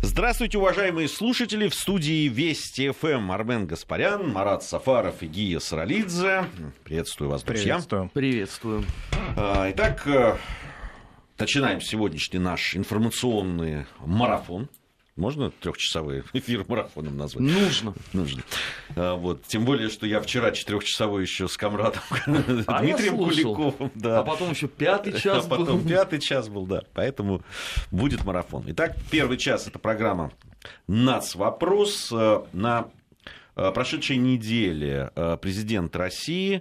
Здравствуйте, уважаемые слушатели. В студии Вести ФМ Армен Гаспарян, Марат Сафаров и Гия Саралидзе. Приветствую вас, друзья. Приветствую. Итак, начинаем сегодняшний наш информационный марафон. Можно трехчасовой эфир марафоном назвать? Нужно. Вот. Тем более, что я вчера 4-часовой еще с комрадом Дмитрием Куликовым. Да. А потом еще 5-й час был. Потом 5-й час был, да. Поэтому будет марафон. Итак, первый час — это программа «Нацвопрос». На прошедшей неделе президент России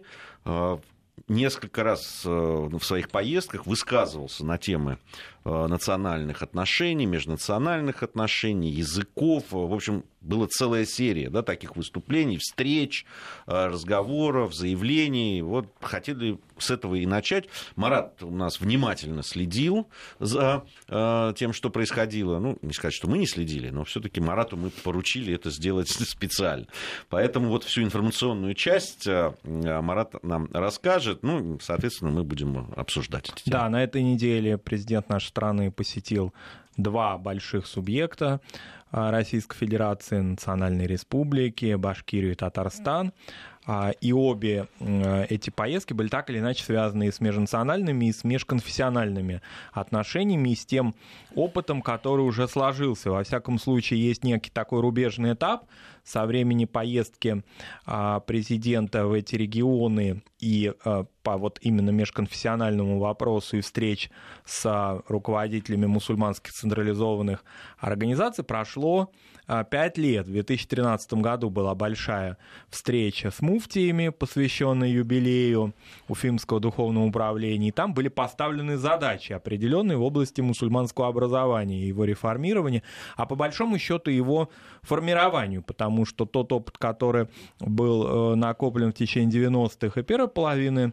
несколько раз в своих поездках высказывался на темы национальных отношений, межнациональных отношений, языков. В общем, была целая серия, да, таких выступлений, встреч, разговоров, заявлений. Вот хотели с этого и начать. Марат у нас внимательно следил за тем, что происходило. Ну, не сказать, что мы не следили, но все-таки Марату мы поручили это сделать специально. Поэтому вот всю информационную часть Марат нам расскажет. Ну, соответственно, мы будем обсуждать эти темы. Да, на этой неделе президент нашей страны посетил два больших субъекта Российской Федерации, Национальной Республики, Башкирию и Татарстан. И обе эти поездки были так или иначе связаны и с межнациональными, и с межконфессиональными отношениями, и с тем опытом, который уже сложился. Во всяком случае, есть некий такой рубежный этап со времени поездки президента в эти регионы и по вот именно межконфессиональному вопросу и встреч с руководителями мусульманских централизованных организаций прошло 5 лет. В 2013 году была большая встреча с муфтиями, посвященная юбилею Уфимского духовного управления. И там были поставлены задачи определенные в области мусульманского образования и его реформирования, а по большому счету его формированию, потому что тот опыт, который был накоплен в течение 90-х и первой половины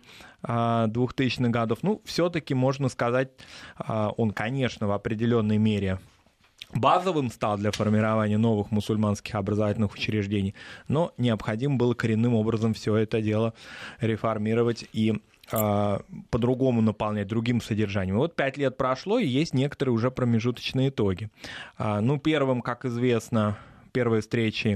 2000-х годов, ну, все-таки можно сказать, он, конечно, в определенной мере базовым стал для формирования новых мусульманских образовательных учреждений, но необходимо было коренным образом все это дело реформировать и по-другому наполнять, другим содержанием. Вот 5 лет прошло, и есть некоторые уже промежуточные итоги. Ну, первым, как известно, Первые встречи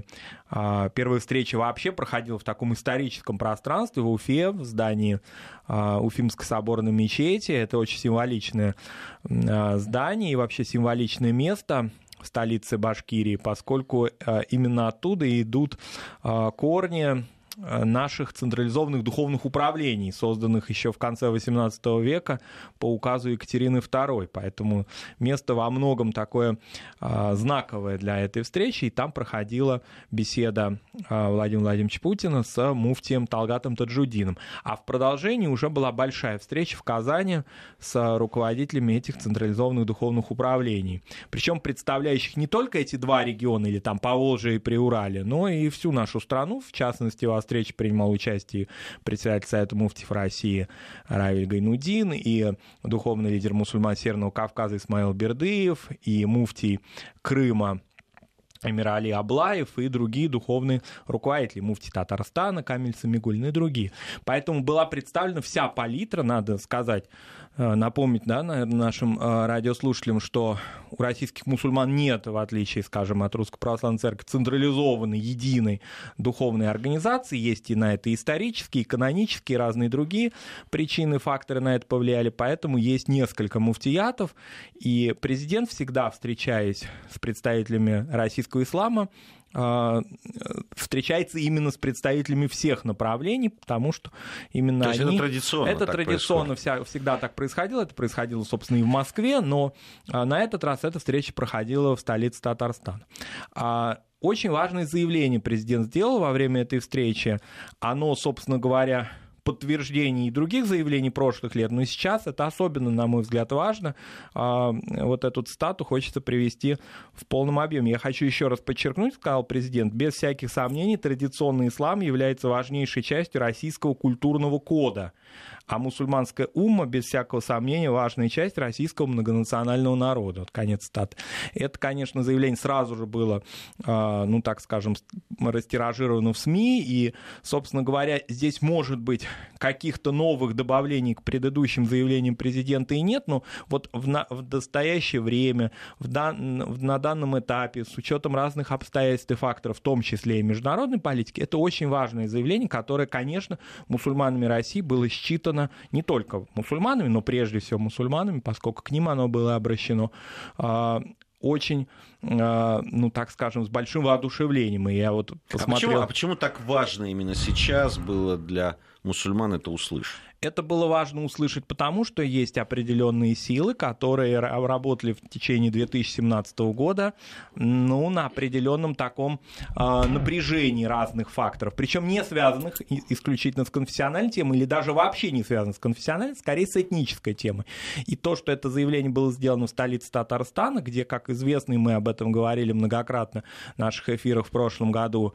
вообще проходила в таком историческом пространстве в Уфе, в здании Уфимской соборной мечети. Это очень символичное здание и вообще символичное место в столице Башкирии, поскольку именно оттуда идут корни наших централизованных духовных управлений, созданных еще в конце XVIII века по указу Екатерины II. Поэтому место во многом такое знаковое для этой встречи, и там проходила беседа Владимира Владимировича Путина с муфтием Талгатом Таджудином. А в продолжении уже была большая встреча в Казани с руководителями этих централизованных духовных управлений. Причем представляющих не только эти два региона, или там Поволжье и Приуралье, но и всю нашу страну, в частности, во встрече принимал участие председатель Совета муфтиев России Равиль Гайнудин, и духовный лидер мусульман Северного Кавказа Исмаил Бердыев, и муфтий Крыма Эмирали Аблаев и другие духовные руководители, муфтий Татарстана Камиль Самигуллин и другие. Поэтому была представлена вся палитра, надо сказать, напомнить, да, наверное, нашим радиослушателям, что у российских мусульман нет, в отличие, скажем, от Русской Православной Церкви, централизованной, единой духовной организации. Есть и на это исторические, канонические, и разные другие причины, факторы на это повлияли. Поэтому есть несколько муфтиятов, и президент, всегда встречаясь с представителями российского ислама, встречается именно с представителями всех направлений, потому что именно они... Это традиционно. Это традиционно всегда так происходило. Это происходило, собственно, и в Москве, но на этот раз эта встреча проходила в столице Татарстана. Очень важное заявление президент сделал во время этой встречи. Оно, собственно говоря, подтверждений и других заявлений прошлых лет, но сейчас это особенно, на мой взгляд, важно. Вот эту цитату хочется привести в полном объеме. Я хочу еще раз подчеркнуть, сказал президент, без всяких сомнений традиционный ислам является важнейшей частью российского культурного кода. А мусульманская умма, без всякого сомнения, важная часть российского многонационального народа. Вот конец цитаты. Это, конечно, заявление сразу же было, ну, так скажем, растиражировано в СМИ, и, собственно говоря, здесь может быть каких-то новых добавлений к предыдущим заявлениям президента и нет, но вот в настоящее время, на данном этапе, с учетом разных обстоятельств и факторов, в том числе и международной политики, это очень важное заявление, которое, конечно, мусульманами России было считано не только мусульманами, но прежде всего мусульманами, поскольку к ним оно было обращено, очень, ну, так скажем, с большим воодушевлением. И я вот посмотрел... почему так важно именно сейчас было для мусульман это услышать? Это было важно услышать потому, что есть определенные силы, которые работали в течение 2017 года, ну, на определенном таком напряжении разных факторов, причем не связанных исключительно с конфессиональной темой или даже вообще не связанных с конфессиональной, скорее с этнической темой. И то, что это заявление было сделано в столице Татарстана, где, как известно, и мы об этом говорили многократно в наших эфирах в прошлом году,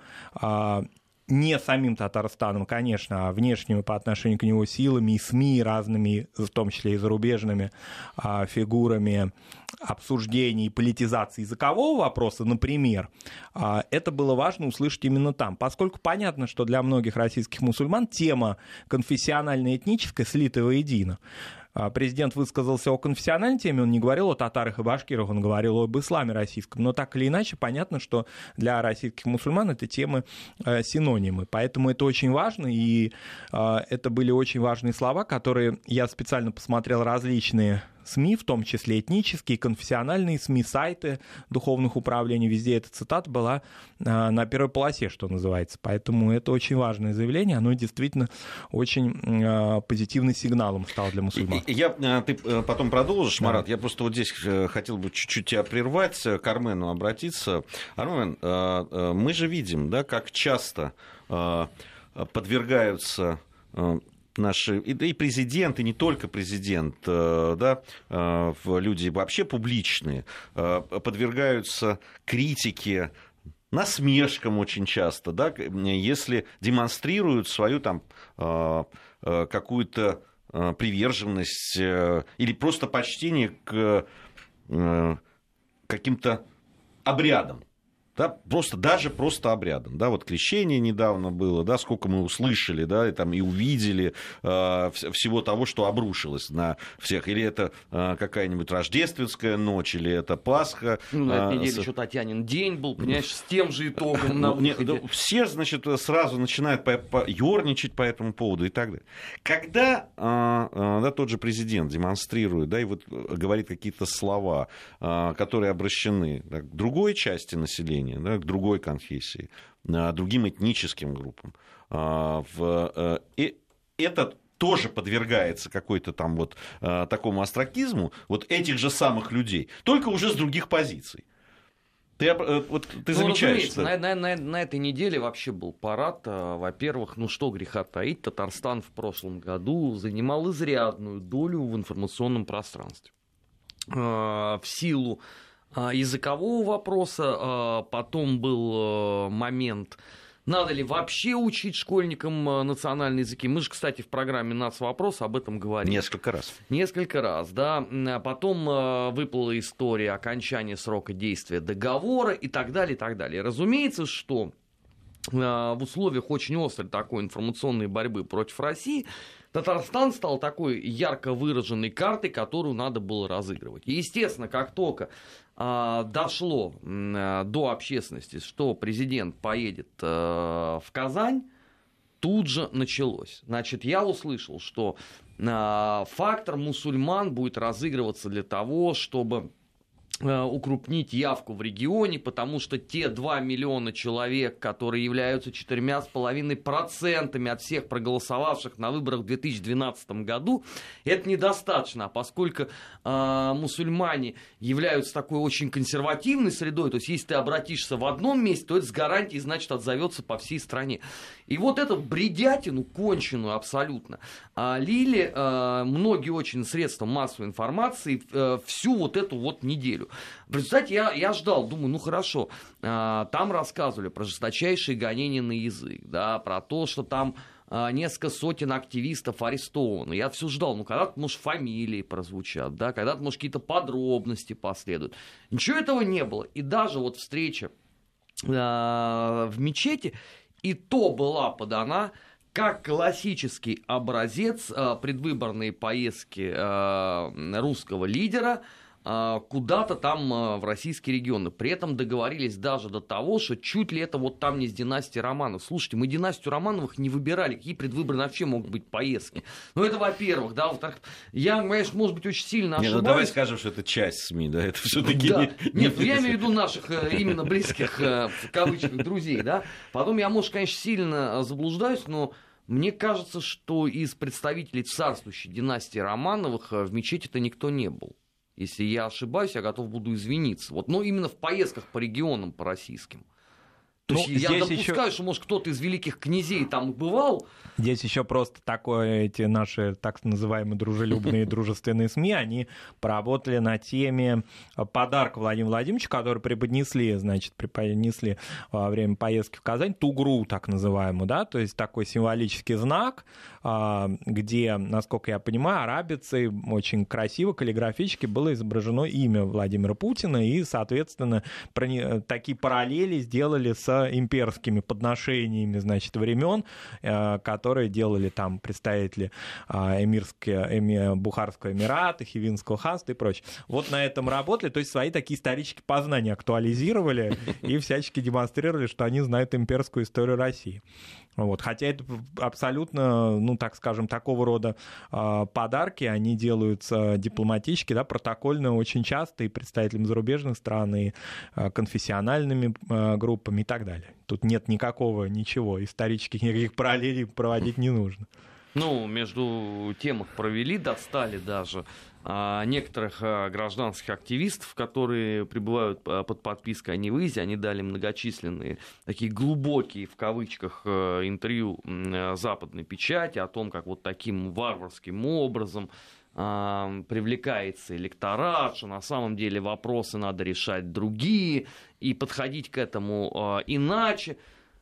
не самим Татарстаном, конечно, а внешними по отношению к нему силами и СМИ разными, в том числе и зарубежными фигурами обсуждений и политизации языкового вопроса, например, это было важно услышать именно там, поскольку понятно, что для многих российских мусульман тема конфессионально-этническая слита воедино. Президент высказался о конфессиональной теме, он не говорил о татарах и башкирах, он говорил об исламе российском. Но так или иначе, понятно, что для российских мусульман это темы синонимы. Поэтому это очень важно, и это были очень важные слова, которые я специально посмотрел различные СМИ, в том числе этнические, конфессиональные СМИ, сайты духовных управлений, везде эта цитата была на первой полосе, что называется. Поэтому это очень важное заявление, оно действительно очень позитивным сигналом стало для мусульман. Ты потом продолжишь, Марат, да. Я просто вот здесь хотел бы чуть-чуть тебя прервать, к Армену обратиться. Армен, мы же видим, да, как часто подвергаются... наши и президент, и не только президент, да, люди вообще публичные, подвергаются критике, насмешкам очень часто, да, если демонстрируют свою там какую-то приверженность или просто почтение к каким-то обрядам. Да, даже просто обрядом. Да, вот крещение недавно было, да, сколько мы услышали, да, и, там, и увидели всего того, что обрушилось на всех. Или это какая-нибудь рождественская ночь, или это Пасха. Ну, на этой неделе еще Татьянин день был, понимаешь, с тем же итогом на выходе. Все, значит, сразу начинают ёрничать по этому поводу и так далее. Когда тот же президент демонстрирует, да, и вот говорит какие-то слова, которые обращены к другой части населения, да, к другой конфессии, другим этническим группам. И это тоже подвергается какой-то там вот такому остракизму вот этих же самых людей, только уже с других позиций. Ты замечаешь, что... На этой неделе вообще был парад. Во-первых, ну что греха таить, Татарстан в прошлом году занимал изрядную долю в информационном пространстве. В силу языкового вопроса, потом был момент, надо ли вообще учить школьникам национальные языки. Мы же, кстати, в программе «Нацвопрос» об этом говорили. Несколько раз, да. Потом выплыла история окончания срока действия договора и так далее, и так далее. Разумеется, что в условиях очень острой такой информационной борьбы против России Татарстан стал такой ярко выраженной картой, которую надо было разыгрывать. И, естественно, как только дошло до общественности, что президент поедет в Казань, тут же началось. Значит, я услышал, что фактор мусульман будет разыгрываться для того, чтобы укрупнить явку в регионе, потому что те 2 миллиона человек, которые являются 4,5% от всех проголосовавших на выборах в 2012 году, это недостаточно, поскольку мусульмане являются такой очень консервативной средой, то есть если ты обратишься в одном месте, то это с гарантией, значит, отзовется по всей стране. И вот эту бредятину, конченую абсолютно, лили многие очень средства массовой информации всю вот эту вот неделю. В результате я ждал, думаю, ну хорошо, там рассказывали про жесточайшие гонения на язык, да, про то, что там несколько сотен активистов арестованы. Я все ждал, когда-то, может, фамилии прозвучат, да, когда-то, может, какие-то подробности последуют. Ничего этого не было. И даже вот встреча в мечети, и то была подана как классический образец предвыборной поездки русского лидера куда-то там в российские регионы. При этом договорились даже до того, что чуть ли это вот там не с династией Романовых. Слушайте, мы династию Романовых не выбирали. Какие предвыборные вообще могут быть поездки? Ну, это во-первых, да. Во-вторых, я, конечно, может быть, очень сильно ошибаюсь. Ну, давай скажем, что это часть СМИ, да? Это все-таки да. Нет, я имею в виду наших именно близких, в кавычках, друзей, да. Потом я, может, конечно, сильно заблуждаюсь, но мне кажется, что из представителей царствующей династии Романовых в мечети-то никто не был. Если я ошибаюсь, я готов буду извиниться. Вот, но именно в поездках по регионам, по российским. То есть я допускаю, что, может, кто-то из великих князей там бывал. Здесь еще просто такое, эти наши так называемые дружелюбные дружественные СМИ, они поработали на теме подарка Владимиру Владимировичу, который преподнесли во время поездки в Казань, тугру так называемую, да, то есть такой символический знак, где, насколько я понимаю, арабицей очень красиво, каллиграфически было изображено имя Владимира Путина, и, соответственно, такие параллели сделали с имперскими подношениями, значит, времен, которые делали там представители Бухарского Эмирата, Хивинского ханства и прочее. Вот на этом работали, то есть свои такие исторические познания актуализировали и всячески демонстрировали, что они знают имперскую историю России. Вот. Хотя это абсолютно, ну, так скажем, такого рода подарки, они делаются дипломатически, да, протокольно очень часто и представителям зарубежных стран, и конфессиональными группами и так далее. Тут нет ничего, исторических никаких параллелей проводить не нужно. Ну, между тем их провели, достали даже некоторых гражданских активистов, которые пребывают под подпиской о невыезде. Они дали многочисленные, такие глубокие, в кавычках, интервью западной печати о том, как вот таким варварским образом привлекается электорат, что на самом деле вопросы надо решать другие и подходить к этому иначе.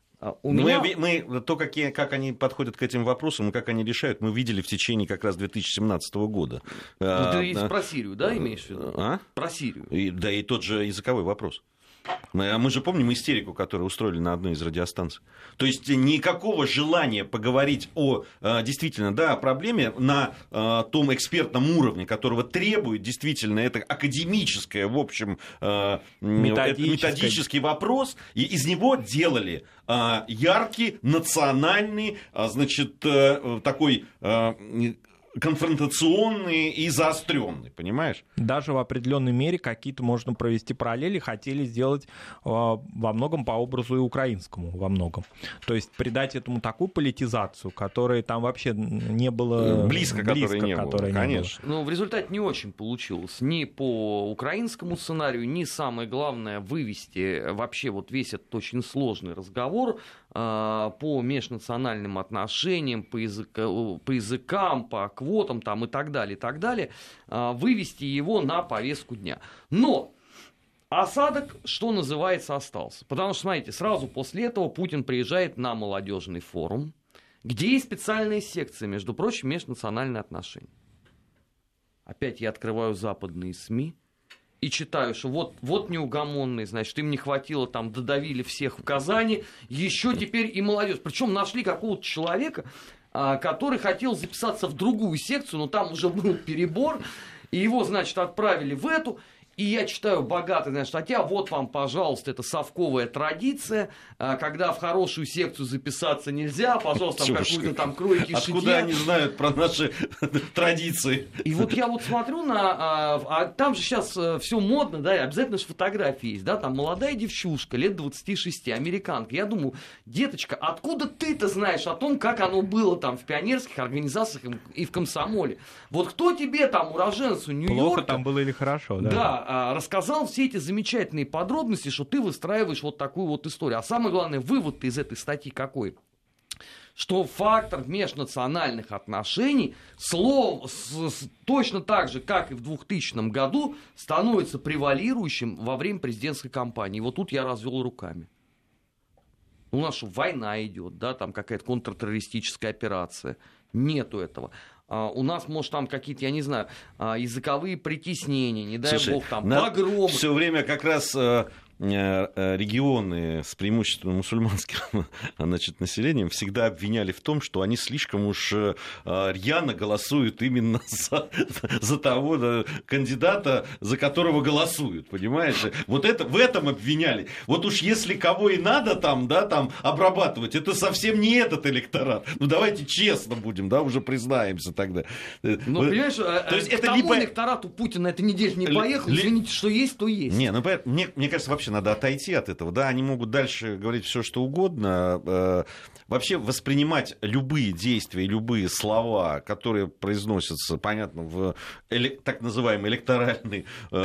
Мы то, как они подходят к этим вопросам и как они решают, мы видели в течение как раз 2017 года. Ты про Сирию, да, имеешь в виду? Про Сирию. Да, и тот же языковой вопрос. Мы же помним истерику, которую устроили на одной из радиостанций. То есть никакого желания поговорить о действительно, да, проблеме на том экспертном уровне, которого требует действительно это академическое, в общем, методический вопрос, и из него делали яркий, национальный, значит, такой конфронтационный и заостренный, понимаешь? Даже в определенной мере какие-то можно провести параллели, хотели сделать во многом по образу и украинскому, во многом. То есть придать этому такую политизацию, которой там вообще не было близко которой не было, конечно. Но в результате не очень получилось ни по украинскому сценарию, ни, самое главное, вывести вообще вот весь этот очень сложный разговор по межнациональным отношениям, по языкам, по квотам там, и так далее, вывести его на повестку дня. Но осадок, что называется, остался. Потому что, смотрите, сразу после этого Путин приезжает на молодежный форум, где есть специальная секция, между прочим, межнациональные отношения. Опять я открываю западные СМИ и читаю, что вот неугомонные, значит, им не хватило, там, додавили всех в Казани, еще теперь и молодежь. Причем нашли какого-то человека, который хотел записаться в другую секцию, но там уже был перебор, и его, значит, отправили в эту. И я читаю богатая, значит, статья, вот вам, пожалуйста, это совковая традиция, когда в хорошую секцию записаться нельзя, пожалуйста, там какую-то там кройки, шитья. Откуда они знают про наши традиции? И вот я вот смотрю там же сейчас все модно, да, и обязательно же фотографии есть, да, там молодая девчушка, лет 26, американка. Я думаю, деточка, откуда ты-то знаешь о том, как оно было там в пионерских организациях и в комсомоле? Вот кто тебе там, уроженцу Нью-Йорка... Плохо там было или хорошо, да? Да, рассказал все эти замечательные подробности, что ты выстраиваешь вот такую вот историю. А самое главное, вывод из этой статьи какой? Что фактор межнациональных отношений точно так же, как и в 2000 году, становится превалирующим во время президентской кампании. Вот тут я развел руками. У нас война идет, да, там какая-то контртеррористическая операция. Нету этого. У нас, может, там какие-то, я не знаю, языковые притеснения, не дай бог, там погромы. Все время как раз регионы с преимущественно мусульманским, значит, населением всегда обвиняли в том, что они слишком уж рьяно голосуют именно за того кандидата, за которого голосуют, понимаешь? Вот это в этом обвиняли. Вот уж если кого и надо там, да, там обрабатывать, это совсем не этот электорат. Ну давайте честно будем, да, уже признаемся тогда. Ну, понимаешь, то есть это либо электорат у Путина этой неделе не поехал, извините, что есть, то есть. Не, ну мне кажется, вообще надо отойти от этого, да, они могут дальше говорить все, что угодно, вообще воспринимать любые действия, любые слова, которые произносятся, понятно, в так называемый электоральный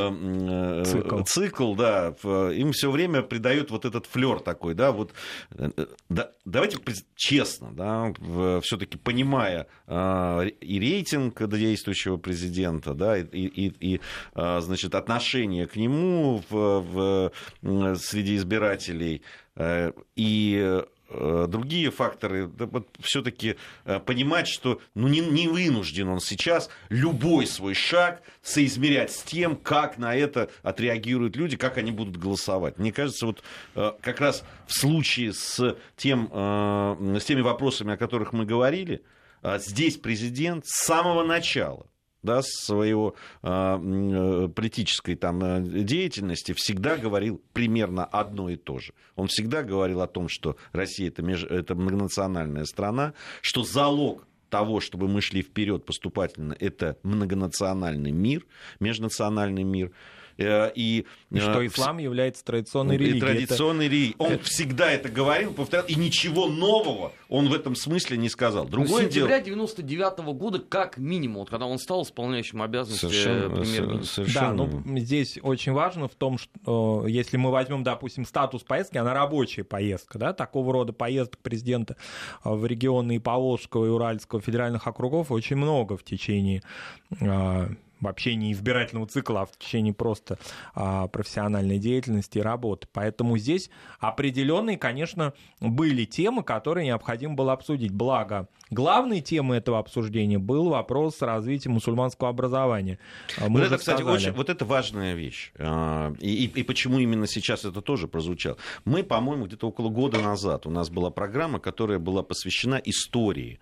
цикл, да, им все время придают вот этот флер такой, да, вот, да, давайте честно, да, все-таки понимая и рейтинг действующего президента, да, и значит, отношение к нему среди избирателей и другие факторы, вот все-таки понимать, что ну, не вынужден он сейчас любой свой шаг соизмерять с тем, как на это отреагируют люди, как они будут голосовать. Мне кажется, вот как раз в случае с теми вопросами, о которых мы говорили, здесь президент с самого начала, да, своего политической там деятельности всегда говорил примерно одно и то же. Он всегда говорил о том, что Россия это многонациональная страна, что залог того, чтобы мы шли вперед поступательно, это многонациональный мир, межнациональный мир. И что ислам является традиционной религией. Традиционной религией. Он всегда это говорил, повторял, и ничего нового он в этом смысле не сказал. Другое дело... С сентября 99-го года как минимум, вот, когда он стал исполняющим обязанности премьер-министра. Да, но здесь очень важно в том, что если мы возьмем, допустим, статус поездки, она рабочая поездка, да, такого рода поездок президента в регионы и Поволжского, и Уральского федеральных округов очень много в течение вообще не избирательного цикла, а в течение просто профессиональной деятельности и работы. Поэтому здесь определенные, конечно, были темы, которые необходимо было обсудить. Благо, главной темой этого обсуждения был вопрос развития мусульманского образования. Вот это, кстати, вот это важная вещь. И почему именно сейчас это тоже прозвучало. Мы, по-моему, где-то около года назад у нас была программа, которая была посвящена истории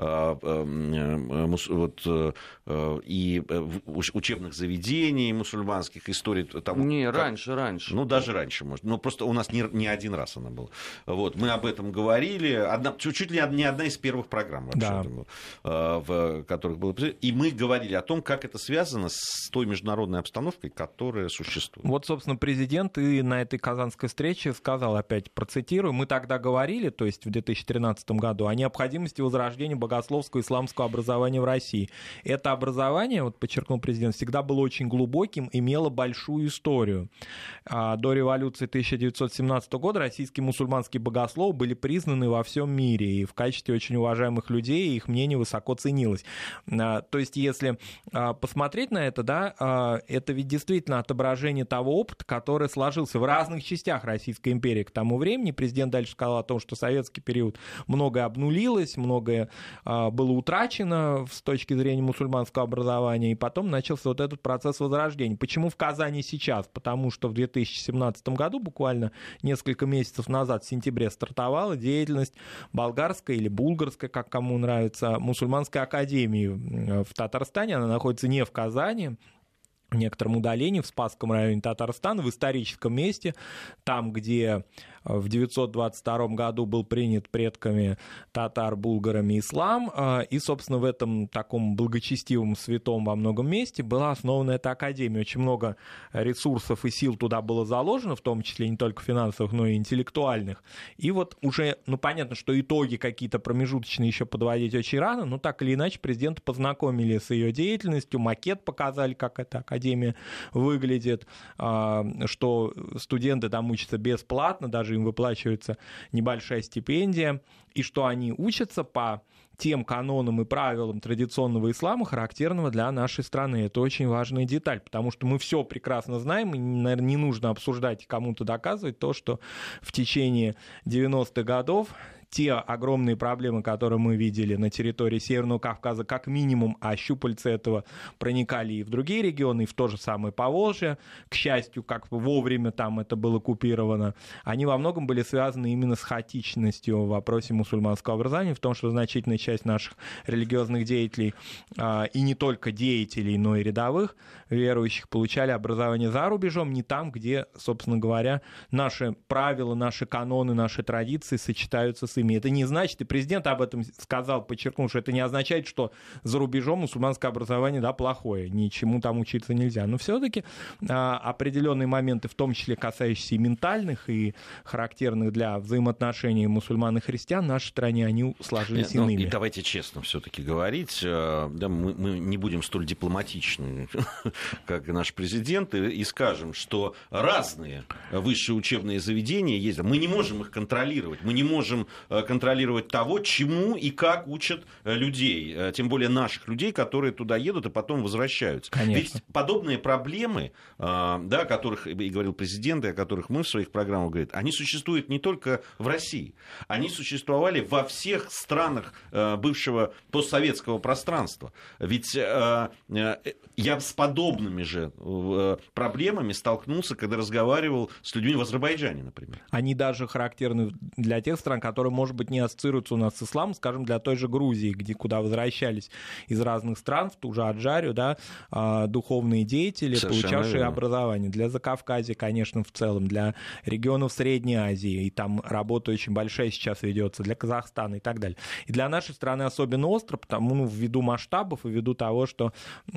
и учебных заведений мусульманских, историй того... Не, раньше. Ну, даже раньше, может. Но просто у нас не один раз она была. Вот, мы об этом говорили. Чуть ли не одна из первых программ, вообще, да, в которых было... И мы говорили о том, как это связано с той международной обстановкой, которая существует. Вот, собственно, президент и на этой казанской встрече сказал, опять процитирую, мы тогда говорили, то есть в 2013 году, о необходимости возрождения богословского исламского образования в России. Это образование, вот подчеркнул президент, всегда было очень глубоким, имело большую историю. До революции 1917 года российские мусульманские богословы были признаны во всем мире, и в качестве очень уважаемых людей их мнение высоко ценилось. То есть, если посмотреть на это, да, это ведь действительно отображение того опыта, который сложился в разных частях Российской империи к тому времени. Президент дальше сказал о том, что в советский период многое обнулилось, многое было утрачено с точки зрения мусульманского образования, и потом начался вот этот процесс возрождения. Почему в Казани сейчас? Потому что в 2017 году, буквально несколько месяцев назад, в сентябре, стартовала деятельность болгарской или булгарской, как кому нравится, мусульманской академии в Татарстане. Она находится не в Казани, в некотором удалении, в Спасском районе Татарстана, в историческом месте, там, где в 922 году был принят предками татар, булгарами ислам, и, собственно, в этом таком благочестивом, святом во многом месте была основана эта академия. Очень много ресурсов и сил туда было заложено, в том числе не только финансовых, но и интеллектуальных. И вот уже, ну, понятно, что итоги какие-то промежуточные еще подводить очень рано, но так или иначе президента познакомили с ее деятельностью, макет показали, как эта академия выглядит, что студенты там учатся бесплатно, даже им выплачивается небольшая стипендия, и что они учатся по тем канонам и правилам традиционного ислама, характерного для нашей страны. Это очень важная деталь, потому что мы все прекрасно знаем, и, наверное, не нужно обсуждать и кому-то доказывать то, что в течение 90-х годов те огромные проблемы, которые мы видели на территории Северного Кавказа, как минимум, а щупальца этого проникали и в другие регионы, и в то же самое Поволжье. К счастью, как вовремя там это было купировано, они во многом были связаны именно с хаотичностью в вопросе мусульманского образования, в том, что значительная часть наших религиозных деятелей, и не только деятелей, но и рядовых верующих, получали образование за рубежом, не там, где, собственно говоря, наши правила, наши каноны, наши традиции сочетаются с ими. Это не значит, и президент об этом сказал, подчеркнул, что это не означает, что за рубежом мусульманское образование, да, плохое, ничему там учиться нельзя. Но все-таки определенные моменты, в том числе касающиеся и ментальных, и характерных для взаимоотношений мусульман и христиан, в нашей стране они сложились иными. И давайте честно все-таки говорить, да, мы не будем столь дипломатичны, как и наш президент, и скажем, что разные высшие учебные заведения есть. Мы не можем их контролировать, мы не можем контролировать того, чему и как учат людей, тем более наших людей, которые туда едут и потом возвращаются. Конечно. Ведь подобные проблемы, да, о которых и говорил президент, и о которых мы в своих программах говорим, они существуют не только в России, они существовали во всех странах бывшего постсоветского пространства. Ведь я с подобными же проблемами столкнулся, когда разговаривал с людьми в Азербайджане, например. Они даже характерны для тех стран, которые, может быть, не ассоциируются у нас с исламом, скажем, для той же Грузии, куда возвращались из разных стран, в ту же Аджарию, да, духовные деятели, совершенно получавшие верно. Образование. Для Закавказья, конечно, в целом, для регионов Средней Азии, и там работа очень большая сейчас ведется, для Казахстана и так далее. И для нашей страны особенно остро, потому, ввиду масштабов и ввиду того, что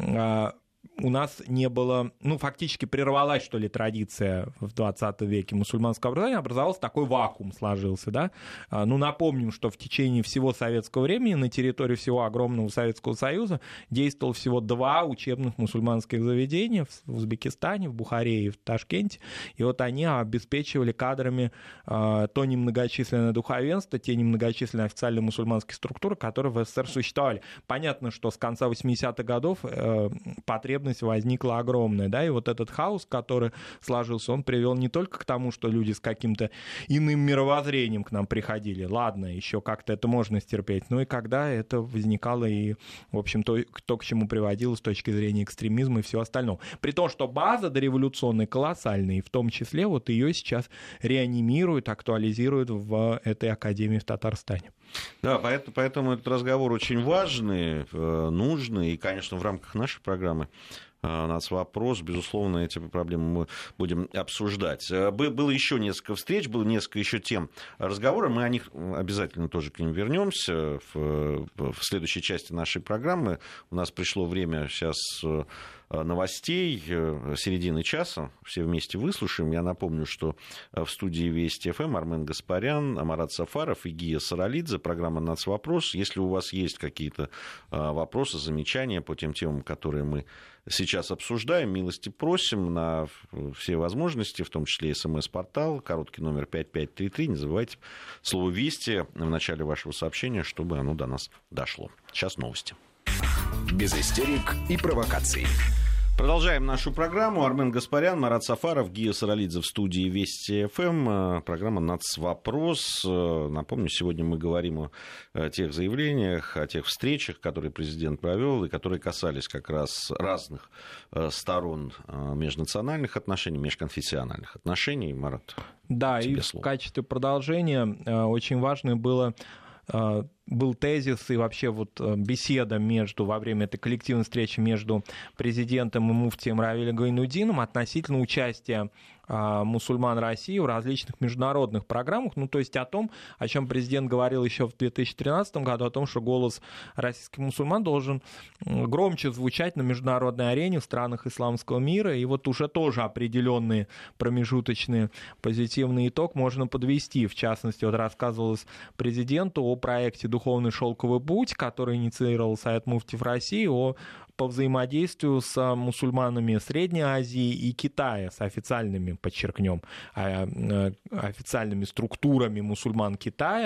у нас не было, фактически прервалась, что ли, традиция в 20 веке мусульманского образования, образовался такой вакуум, сложился, да. Напомним, что в течение всего советского времени на территории всего огромного Советского Союза действовало всего 2 учебных мусульманских заведения в Узбекистане, в Бухаре и в Ташкенте, и вот они обеспечивали кадрами то немногочисленное духовенство, те немногочисленные официальные мусульманские структуры, которые в СССР существовали. Понятно, что с конца 80-х годов потребность возникла огромная, да, и вот этот хаос, который сложился, он привел не только к тому, что люди с каким-то иным мировоззрением к нам приходили, ладно, еще как-то это можно стерпеть, но и когда это возникало и, в общем, то, к чему приводило с точки зрения экстремизма и всего остального. При том, что база дореволюционная колоссальная, и в том числе вот ее сейчас реанимируют, актуализируют в этой академии в Татарстане. Да, поэтому этот разговор очень важный, нужный, и, конечно, в рамках нашей программы «Нацвопрос», безусловно, эти проблемы мы будем обсуждать. Было еще несколько встреч, было несколько еще тем разговора, мы о них обязательно тоже к ним вернемся в следующей части нашей программы. У нас пришло время сейчас новостей середины часа, все вместе выслушаем. Я напомню, что в студии Вести ФМ Армен Гаспарян, Марат Сафаров и Гия Саралидзе, программа «Нацвопрос». Если у вас есть какие-то вопросы, замечания по тем темам, которые мы сейчас обсуждаем, милости просим на все возможности, в том числе СМС-портал, короткий номер 5533. Не забывайте слово «Вести» в начале вашего сообщения, чтобы оно до нас дошло. Сейчас новости. Без истерик и провокаций. Продолжаем нашу программу. Армен Гаспарян, Марат Сафаров, Гия Саралидзе в студии Вести ФМ. Программа «Нацвопрос». Напомню, сегодня мы говорим о тех заявлениях, о тех встречах, которые президент провел и которые касались как раз разных сторон межнациональных отношений, межконфессиональных отношений. Марат, да, и слово. В качестве продолжения очень важно был тезис и вообще вот беседа во время этой коллективной встречи между президентом и муфтием Равилем Гайнуддином относительно участия мусульман России в различных международных программах, то есть о том, о чем президент говорил еще в 2013 году, о том, что голос российских мусульман должен громче звучать на международной арене в странах исламского мира, и вот уже тоже определенный промежуточный позитивный итог можно подвести. В частности, вот рассказывалось президенту о проекте «Духовный шелковый путь», который инициировал Совет муфтиев России, по взаимодействию с мусульманами Средней Азии и Китая, с официальными, подчеркнем, официальными структурами мусульман Китая,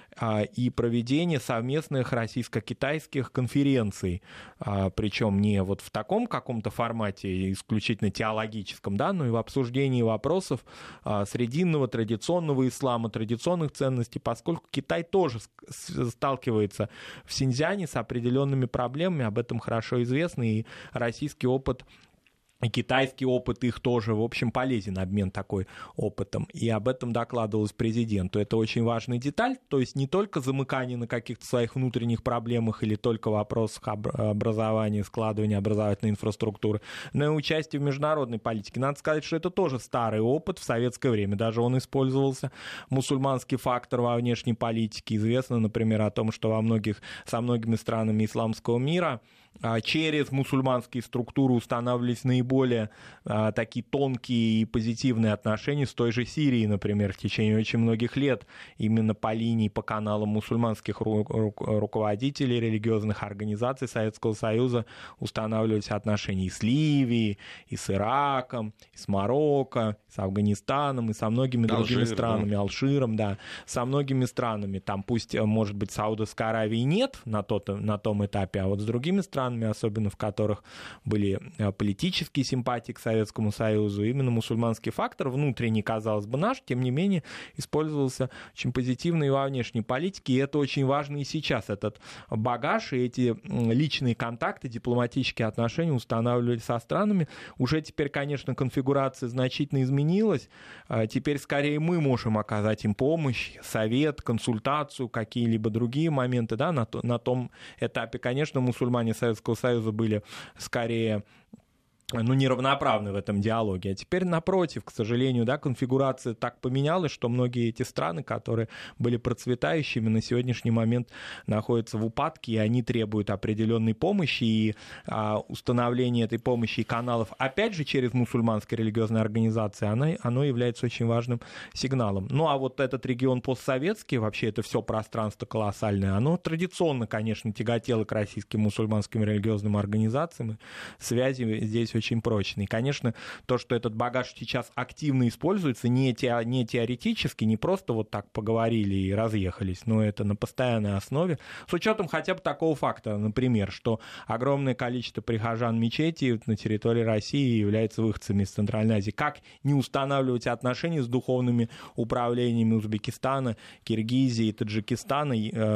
и проведение совместных российско-китайских конференций, причем не вот в таком каком-то формате исключительно теологическом, да, но и в обсуждении вопросов срединного, традиционного ислама, традиционных ценностей, поскольку Китай тоже сталкивается в Синьцзяне с определенными проблемами, об этом хорошо известно, и российский опыт, и китайский опыт их тоже, в общем, полезен, обмен такой опытом. И об этом докладывалось президенту. Это очень важная деталь, то есть не только замыкание на каких-то своих внутренних проблемах или только вопросах образования, складывания образовательной инфраструктуры, но и участие в международной политике. Надо сказать, что это тоже старый опыт в советское время. Даже он использовался, мусульманский фактор во внешней политике. Известно, например, о том, что со многими странами исламского мира через мусульманские структуры устанавливались наиболее такие тонкие и позитивные отношения с той же Сирией, например, в течение очень многих лет. Именно по линии, по каналам мусульманских руководителей религиозных организаций Советского Союза устанавливались отношения и с Ливией, и с Ираком, и с Марокко, и с Афганистаном, и со многими другими странами, Алжиром, да, со многими странами. Там пусть, может быть, Саудовской Аравии нет на том этапе, а вот с другими странами, особенно в которых были политические симпатии к Советскому Союзу, именно мусульманский фактор, внутренний, казалось бы, наш, тем не менее, использовался очень позитивно и во внешней политике, и это очень важно и сейчас, этот багаж и эти личные контакты, дипломатические отношения устанавливались со странами. Уже теперь, конечно, конфигурация значительно изменилась, теперь скорее мы можем оказать им помощь, совет, консультацию, какие-либо другие моменты, да, на том этапе, конечно, мусульмане Советского Союза были скорее неравноправны в этом диалоге. А теперь, напротив, к сожалению, да, конфигурация так поменялась, что многие эти страны, которые были процветающими, на сегодняшний момент находятся в упадке, и они требуют определенной помощи, и установление этой помощи и каналов, опять же, через мусульманские религиозные организации, оно является очень важным сигналом. Ну, а вот этот регион постсоветский, вообще это все пространство колоссальное, оно традиционно, конечно, тяготело к российским мусульманским религиозным организациям, связи здесь очень прочный. И, конечно, то, что этот багаж сейчас активно используется, не теоретически, не просто вот так поговорили и разъехались, но это на постоянной основе, с учетом хотя бы такого факта, например, что огромное количество прихожан мечети на территории России являются выходцами из Центральной Азии. Как не устанавливать отношения с духовными управлениями Узбекистана, Киргизии, Таджикистана,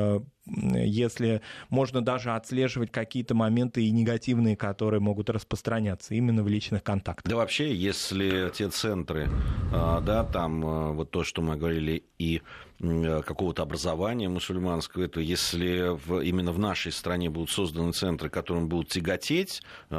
если можно даже отслеживать какие-то моменты и негативные, которые могут распространяться именно в личных контактах. Да вообще, если те центры, да, там вот то, что мы говорили, и какого-то образования мусульманского, это если именно в нашей стране будут созданы центры, которым будут тяготеть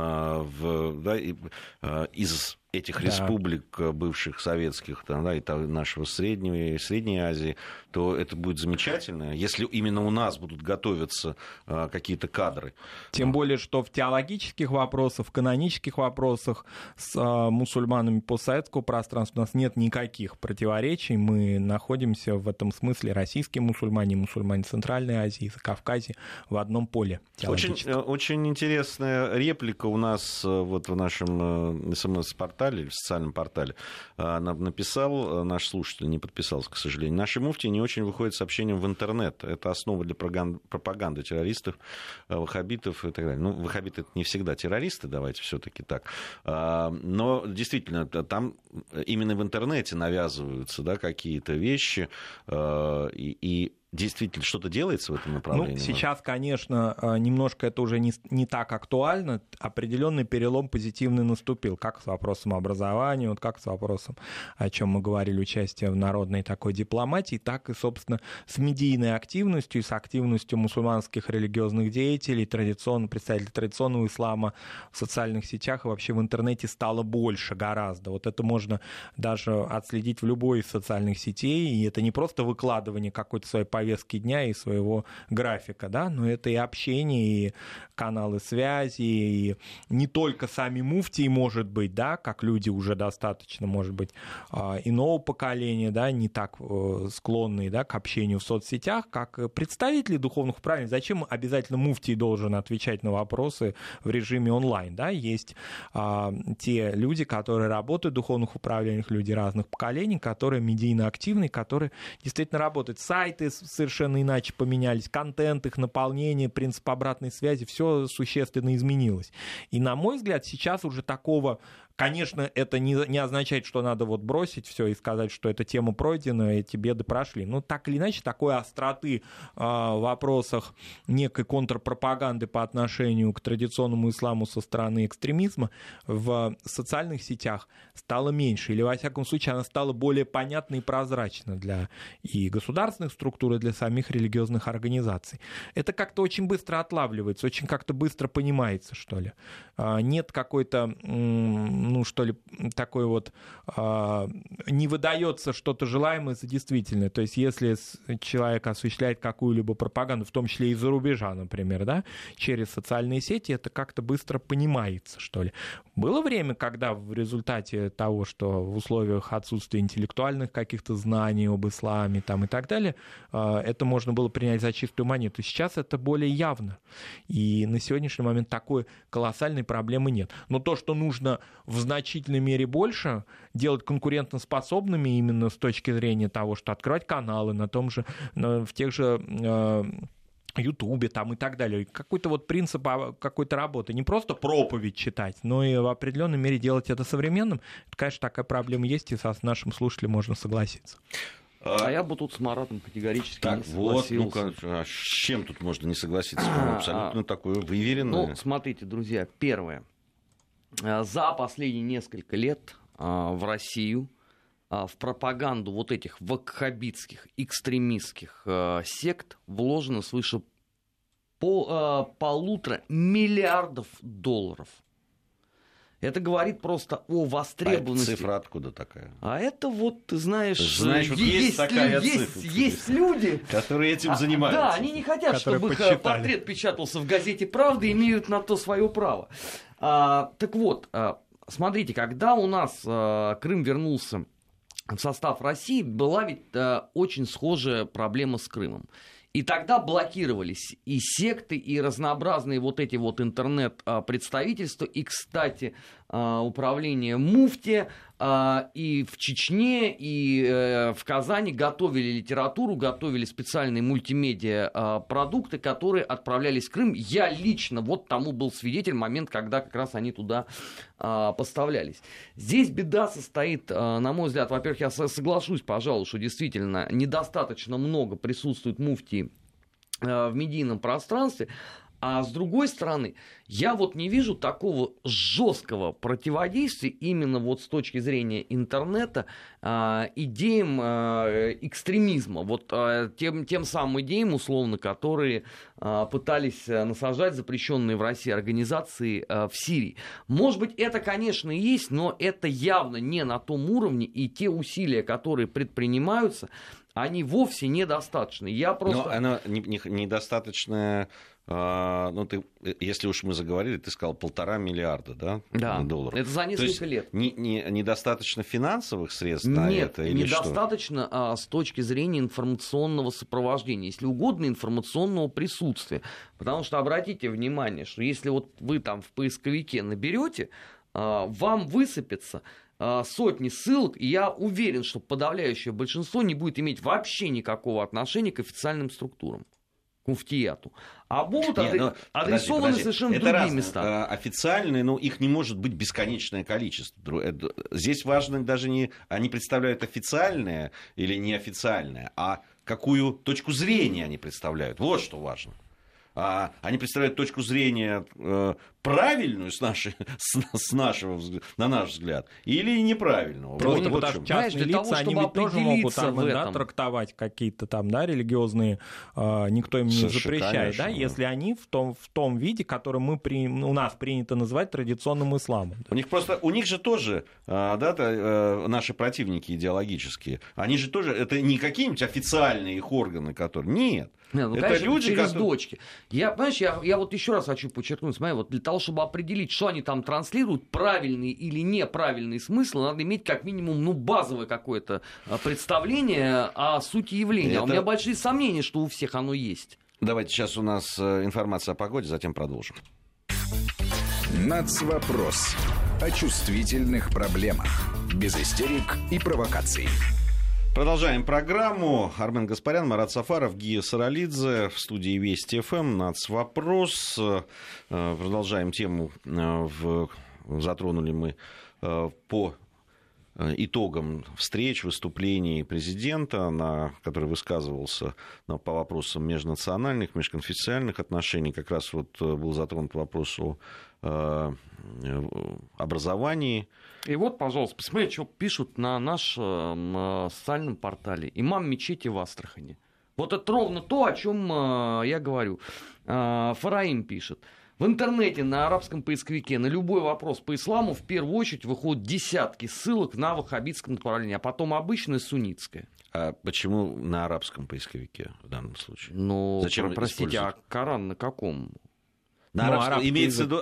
из этих республик бывших советских, да, и нашего Средней Азии, то это будет замечательно, если именно у нас будут готовиться какие-то кадры. Тем более, что в теологических вопросах, в канонических вопросах с мусульманами постсоветского пространства у нас нет никаких противоречий. Мы находимся в этом смысле, российские мусульмане, мусульмане Центральной Азии, Закавказья, в одном поле теологическом. Очень интересная реплика у нас вот в нашем СМС-портале, в социальном портале, написал наш слушатель, не подписался, к сожалению. Наши муфти не очень выходят с сообщением в интернет. Это основа для пропаганды террористов, ваххабитов и так далее. Ну, ваххабиты — это не всегда террористы, давайте все-таки так. Но действительно, там именно в интернете навязываются, да, какие-то вещи, и действительно что-то делается в этом направлении? Ну, сейчас, конечно, немножко это уже не так актуально. Определенный перелом позитивный наступил, как с вопросом образования, вот как с вопросом, о чем мы говорили, участия в народной такой дипломатии, так и, собственно, с медийной активностью и с активностью мусульманских религиозных деятелей, представителей традиционного ислама в социальных сетях и вообще в интернете стало больше гораздо. Вот это можно даже отследить в любой из социальных сетей, и это не просто выкладывание какой-то своей повестки дня и своего графика, да, но это и общение, и каналы связи, и не только сами муфтии, может быть, да, как люди уже достаточно, может быть, иного поколения, да, не так склонные, да, к общению в соцсетях, как представители духовных управлений. Зачем обязательно муфтий должен отвечать на вопросы в режиме онлайн, да, есть те люди, которые работают в духовных управлениях, люди разных поколений, которые медийно активны, которые действительно работают. Сайты совершенно иначе поменялись, контент, их наполнение, принцип обратной связи, все существенно изменилось. И, на мой взгляд, сейчас уже такого... Конечно, это не означает, что надо вот бросить все и сказать, что эта тема пройдена, эти беды прошли. Но так или иначе, такой остроты в вопросах некой контрпропаганды по отношению к традиционному исламу со стороны экстремизма в социальных сетях стало меньше. Или, во всяком случае, она стала более понятна и прозрачна для и государственных структур, и для самих религиозных организаций. Это как-то очень быстро отлавливается, очень как-то быстро понимается, что ли. Нет какой-то... что ли, такой вот, не выдается что-то желаемое за действительное. То есть, если человек осуществляет какую-либо пропаганду, в том числе и за рубежа, например, да, через социальные сети, это как-то быстро понимается, что ли. Было время, когда в результате того, что в условиях отсутствия интеллектуальных каких-то знаний об исламе там, и так далее, это можно было принять за чистую монету. Сейчас это более явно. И на сегодняшний момент такой колоссальной проблемы нет. Но то, что нужно в значительной мере больше, делать конкурентоспособными именно с точки зрения того, что открывать каналы в тех же Ютубе там и так далее. Какой-то вот принцип какой-то работы. Не просто проповедь читать, но и в определенной мере делать это современным. Это, конечно, такая проблема есть, и с нашим слушателем можно согласиться. А я бы тут с Маратом категорически не согласился. С чем тут можно не согласиться? Абсолютно такое выверенное. Ну, смотрите, друзья, первое. За последние несколько лет в Россию в пропаганду вот этих ваххабитских, экстремистских сект вложено свыше $1,5 миллиарда. Это говорит просто о востребованности. А цифра откуда такая? А это вот, ты знаешь вот есть такая цифра. Есть люди, которые этим занимаются. Да, они не хотят, чтобы их портрет печатался в газете «Правда», имеют на то свое право. Так вот, смотрите, когда у нас Крым вернулся в состав России, была ведь очень схожая проблема с Крымом. И тогда блокировались и секты, и разнообразные вот эти вот интернет-представительства. И, кстати, управление Муфти и в Чечне, и в Казани готовили литературу, готовили специальные мультимедиа-продукты, которые отправлялись в Крым. Я лично вот тому был свидетель, момент, когда как раз они туда поставлялись. Здесь беда состоит, на мой взгляд, во-первых, я соглашусь, пожалуй, что действительно недостаточно много присутствует муфтий в медийном пространстве. А с другой стороны, я вот не вижу такого жесткого противодействия именно вот с точки зрения интернета идеям экстремизма, вот тем самым идеям, условно, которые пытались насаждать запрещенные в России организации в Сирии. Может быть, это, конечно, и есть, но это явно не на том уровне, и те усилия, которые предпринимаются, они вовсе недостаточны. Но она недостаточная. Если уж мы заговорили, ты сказал $1,5 миллиарда, да, долларов. Это за несколько лет. Недостаточно финансовых средств на это? Или недостаточно что? С точки зрения информационного сопровождения, если угодно, информационного присутствия. Потому что обратите внимание, что если вот вы там в поисковике наберете, вам высыпется сотни ссылок, и я уверен, что подавляющее большинство не будет иметь вообще никакого отношения к официальным структурам, к муфтияту. А будут адресованы совершенно другие места. Официальные, но их не может быть бесконечное количество. Здесь важно даже не... Они представляют официальное или неофициальное, а какую точку зрения они представляют. Вот что важно. Они представляют точку зрения правильную на наш взгляд или неправильную. Просто потому что частные лица, они ведь тоже могут трактовать какие-то там, религиозные, никто им не запрещает, конечно, если они в том виде, который у нас принято называть традиционным исламом. У них же тоже, наши противники идеологические, они же тоже, это не какие-нибудь официальные их органы, которые... Нет. Это конечно, люди, через дочки. Я вот еще раз хочу подчеркнуть, смотри, вот для того, чтобы определить, что они там транслируют, правильный или неправильный смысл, надо иметь как минимум базовое какое-то представление о сути явления. У меня большие сомнения, что у всех оно есть. Давайте сейчас у нас информация о погоде, затем продолжим. Нацвопрос. О чувствительных проблемах. Без истерик и провокаций. Продолжаем программу. Армен Гаспарян, Марат Сафаров, Гия Саралидзе в студии Вести ФМ. Нацвопрос. Продолжаем тему. Затронули мы по итогам встреч, выступлений президента, который высказывался по вопросам межнациональных, межконфессиональных отношений. Как раз вот был затронут вопрос о образовании. И вот, пожалуйста, посмотрите, что пишут на нашем социальном портале. Имам мечети в Астрахани. Вот это ровно то, о чем я говорю. Фараим пишет. В интернете на арабском поисковике на любой вопрос по исламу в первую очередь выходят десятки ссылок на ваххабитское направление, а потом обычное суннитское. А почему на арабском поисковике в данном случае? Ну, зачем простите, а Коран на каком? Имеется в виду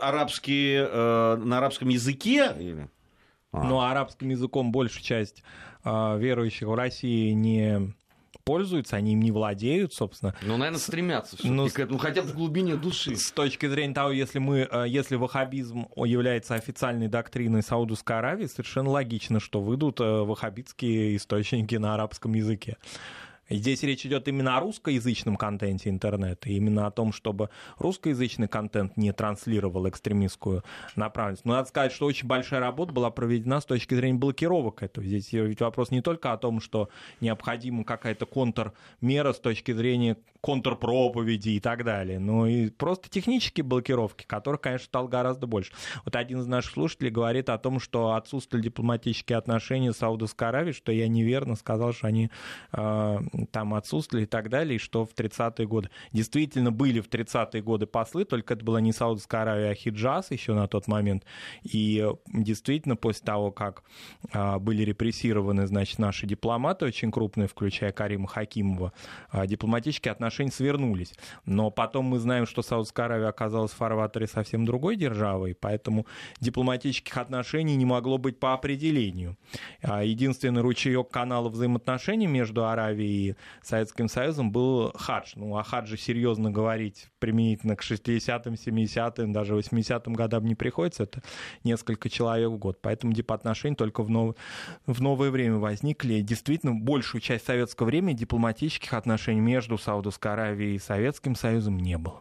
на арабском языке? Или? Но арабским языком большая часть верующих в России не пользуются, они им не владеют, собственно. Ну, наверное, стремятся все-таки к этому, хотя бы в глубине души. С точки зрения того, если ваххабизм является официальной доктриной Саудовской Аравии, совершенно логично, что выйдут ваххабитские источники на арабском языке. Здесь речь идет именно о русскоязычном контенте интернета, именно о том, чтобы русскоязычный контент не транслировал экстремистскую направленность. Но надо сказать, что очень большая работа была проведена с точки зрения блокировок этого. Здесь ведь вопрос не только о том, что необходима какая-то контрмера с точки зрения контрпроповеди и так далее, но и просто технические блокировки, которых, конечно, стало гораздо больше. Вот один из наших слушателей говорит о том, что отсутствовали дипломатические отношения с Саудовской Аравией, что я неверно сказал, что они там отсутствовали и так далее, и что в 30-е годы. Действительно, были в 30-е годы послы, только это была не Саудовская Аравия, а Хиджаз еще на тот момент. И действительно, после того, как были репрессированы, значит, наши дипломаты очень крупные, включая Карима Хакимова, дипломатические отношения свернулись. Но потом мы знаем, что Саудовская Аравия оказалась в фарватере совсем другой державой, поэтому дипломатических отношений не могло быть по определению. Единственный ручеек канала взаимоотношений между Аравией и Советским Союзом был хадж. Ну, о хадже серьезно говорить применительно к 60-м, 70-м, даже 80-м годам не приходится. Это несколько человек в год. Поэтому дипотношения только в новое время возникли. Действительно, большую часть советского времени дипломатических отношений между Саудовской Аравией и Советским Союзом не было.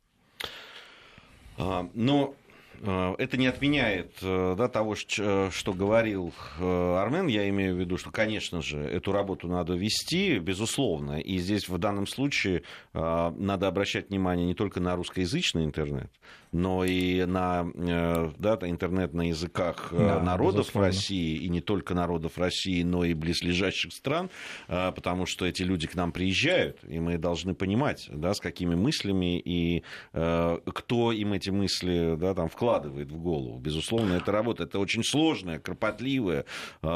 Но это не отменяет того, что говорил Армен. Я имею в виду, что, конечно же, эту работу надо вести, безусловно. И здесь в данном случае надо обращать внимание не только на русскоязычный интернет, но и на интернет на языках народов России, и не только народов России, но и близлежащих стран, потому что эти люди к нам приезжают, и мы должны понимать, с какими мыслями и кто им эти мысли вкладывает в голову. Безусловно, эта работа, это очень сложная, кропотливая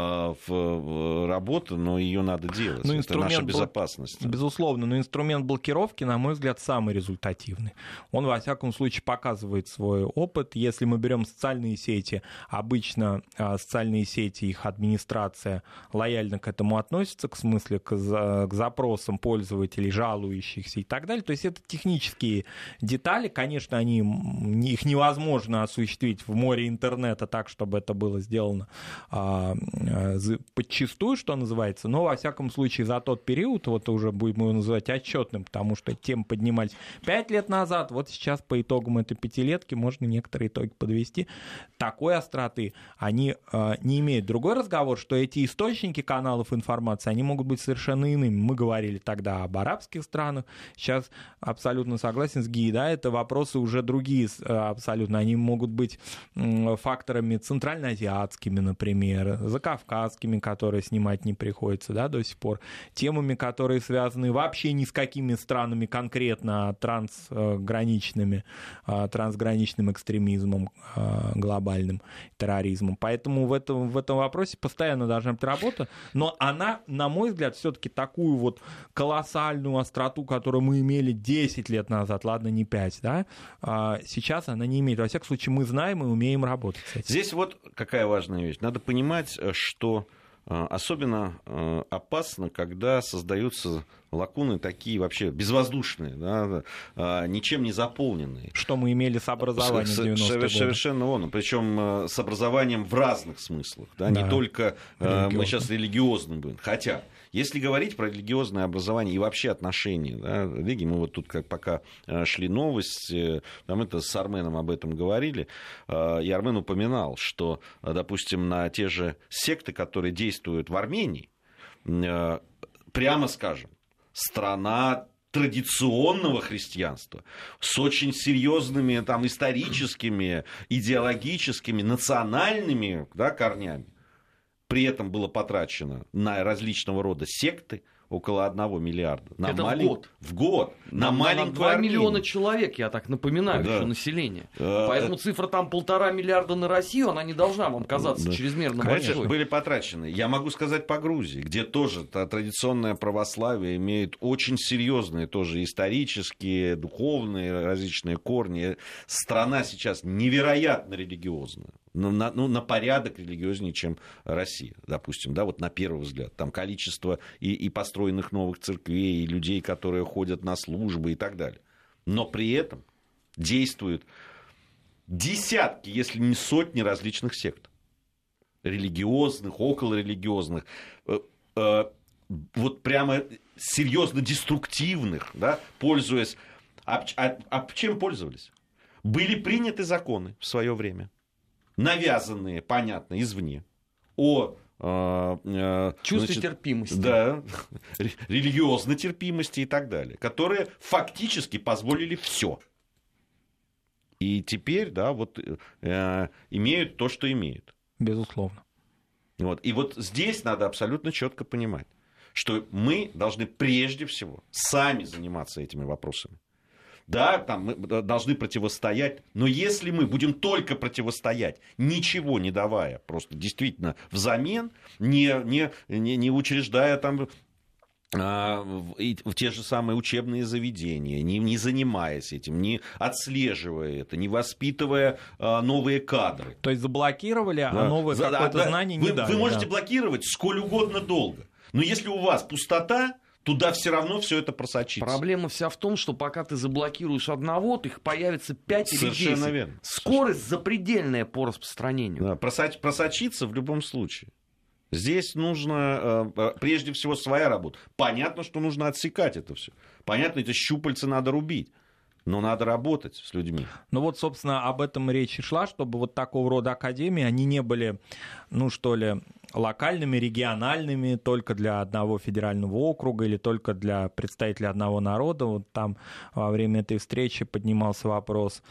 работа, но ее надо делать. Это наша безопасность. Безусловно, но инструмент блокировки, на мой взгляд, самый результативный. Он, во всяком случае, показывает свой опыт. Если мы берем социальные сети, обычно социальные сети, их администрация лояльно к этому относится, в смысле к запросам пользователей, жалующихся и так далее. То есть это технические детали. Конечно, их невозможно осуществить в море интернета так, чтобы это было сделано подчистую, что называется, но, во всяком случае, за тот период, вот уже будем его называть отчетным, потому что темы поднимались 5 лет назад, вот сейчас по итогам этой пятилетки можно некоторые итоги подвести. Такой остроты они не имеют. Другой разговор, что эти источники каналов информации, они могут быть совершенно иными. Мы говорили тогда об арабских странах, сейчас абсолютно согласен с Ги, это вопросы уже другие абсолютно. Они могут быть факторами центральноазиатскими, например, закавказскими, которые снимать не приходится, до сих пор, темами, которые связаны вообще ни с какими странами конкретно, трансграничным экстремизмом, глобальным терроризмом. Поэтому в этом вопросе постоянно должна быть работа, но она, на мой взгляд, все-таки такую вот колоссальную остроту, которую мы имели 10 лет назад, ладно, не 5, сейчас она не имеет. Во всяком случае, мы знаем и умеем работать с этим. Здесь вот какая важная вещь. Надо понимать, что особенно опасно, когда создаются лакуны такие вообще безвоздушные, ничем не заполненные. Что мы имели с образованием в 90-е годы. Совершенно причем с образованием в разных смыслах. Не только мы сейчас религиозным будем. Хотя Если говорить про религиозное образование и вообще отношения, да, религии, мы вот тут как пока шли новости, там это с Арменом об этом говорили, и Армен упоминал, что, допустим, на те же секты, которые действуют в Армении, прямо скажем, страна традиционного христианства с очень серьезными там, историческими, идеологическими, национальными, да, корнями. При этом было потрачено на различного рода секты около 1 миллиарда. Это в год. В год. На маленькую 2 Армению. миллиона человек, я так напоминаю, Да. еще население. Поэтому цифра там 1,5 миллиарда на Россию, она не должна вам казаться чрезмерно Конечно, большой. были потрачены. Я могу сказать по Грузии, где тоже традиционное православие имеет очень серьезные тоже исторические, духовные различные корни. Страна сейчас невероятно религиозная. На порядок религиознее, чем Россия, допустим, да, вот на первый взгляд. Там количество и построенных новых церквей, и людей, которые ходят на службы и так далее. Но при этом действуют десятки, если не сотни различных сект. Религиозных, околорелигиозных, вот прямо серьезно деструктивных, да, пользуясь... чем пользовались? Были приняты законы в свое время, навязанные, понятно, извне, о чувстве терпимости. Да, религиозной терпимости и так далее, которые фактически позволили все. И теперь, да, вот имеют то, что имеют. Безусловно. Вот. И вот здесь надо абсолютно четко понимать, что мы должны прежде всего сами заниматься этими вопросами. Да, там мы должны противостоять, но если мы будем только противостоять, ничего не давая, просто действительно взамен, не учреждая там в те же самые учебные заведения, не занимаясь этим, не отслеживая это, не воспитывая новые кадры. То есть заблокировали, а новое какое-то знание не дали. Вы можете блокировать сколь угодно долго, но если у вас пустота, туда все равно все это просочится. Проблема вся в том, что пока ты заблокируешь одного, то их появится 5 или 10. Совершенно верно. Скорость запредельная по распространению. Да, просочиться в любом случае. Здесь нужно, прежде всего, своя работа. Понятно, что нужно отсекать это все. Понятно, эти щупальца надо рубить. Но надо работать с людьми. Ну вот, собственно, об этом речь и шла, чтобы вот такого рода академии, они не были, ну что ли, локальными, региональными, только для одного федерального округа или только для представителей одного народа. Вот там во время этой встречи поднимался вопрос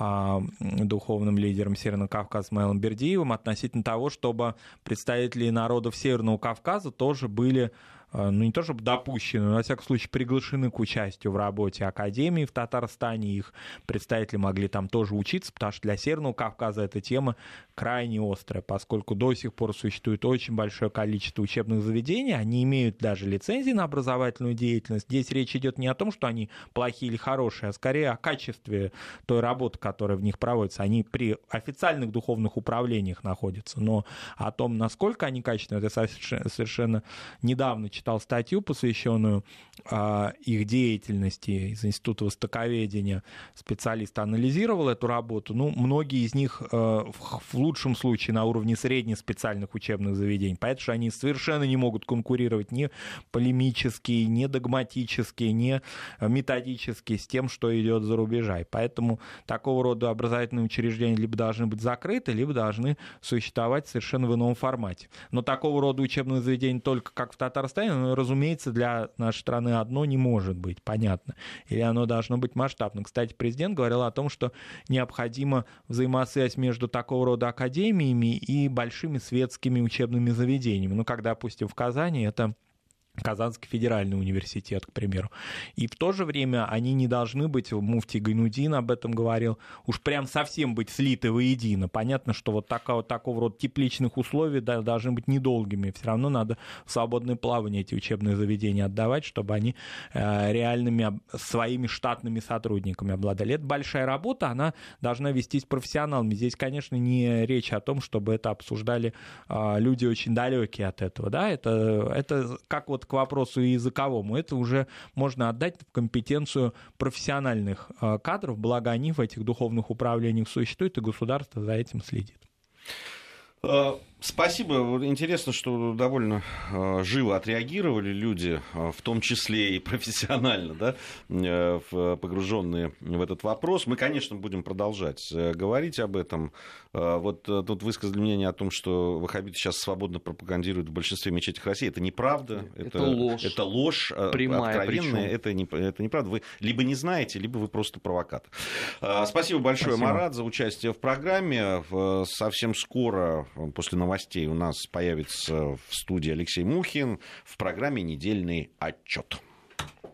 духовным лидером Северного Кавказа Исмаилом Бердиевым относительно того, чтобы представители народов Северного Кавказа тоже были, ну не то чтобы допущены, но, во всяком случае, приглашены к участию в работе академии в Татарстане. Их представители могли там тоже учиться, потому что для Северного Кавказа эта тема крайне острая, поскольку до сих пор существует очень большое количество учебных заведений, они имеют даже лицензии на образовательную деятельность. Здесь речь идет не о том, что они плохие или хорошие, а скорее о качестве той работы, которая в них проводится. Они при официальных духовных управлениях находятся, но о том, насколько они качественные, это совершенно недавно читал статью, посвященную их деятельности из Института востоковедения. Специалист анализировал эту работу. Ну, многие из них в лучшем случае на уровне среднеспециальных учебных заведений. Поэтому что они совершенно не могут конкурировать ни полемически, ни догматически, ни методически с тем, что идет за рубежа. И поэтому такого рода образовательные учреждения либо должны быть закрыты, либо должны существовать совершенно в ином формате. Но такого рода учебных заведений только как в Татарстане, но, разумеется, для нашей страны одно не может быть, понятно. Или оно должно быть масштабным. Кстати, президент говорил о том, что необходима взаимосвязь между такого рода академиями и большими светскими учебными заведениями. Ну, как, допустим, в Казани это Казанский федеральный университет, к примеру. И в то же время они не должны быть, муфтий Гайнуддин об этом говорил, уж прям совсем быть слиты воедино. Понятно, что вот такого рода тепличных условий должны быть недолгими. Все равно надо в свободное плавание эти учебные заведения отдавать, чтобы они реальными своими штатными сотрудниками обладали. Это большая работа, она должна вестись профессионалами. Здесь, конечно, не речь о том, чтобы это обсуждали люди очень далекие от этого. Да? Это как вот к вопросу языковому, это уже можно отдать в компетенцию профессиональных кадров, благо они в этих духовных управлениях существуют, и государство за этим следит. Спасибо. Интересно, что довольно живо отреагировали люди, в том числе и профессионально, да, погруженные в этот вопрос. Мы, конечно, будем продолжать говорить об этом. Вот тут высказали мнение о том, что ваххабиты сейчас свободно пропагандируют в большинстве мечетей России. Это неправда. Это ложь. Это ложь прямая, откровенная. Это неправда. Вы либо не знаете, либо вы просто провокатор. Спасибо большое, Марат, за участие в программе. Совсем скоро, после новостей, у нас появится в студии Алексей Мухин в программе «Недельный отчет».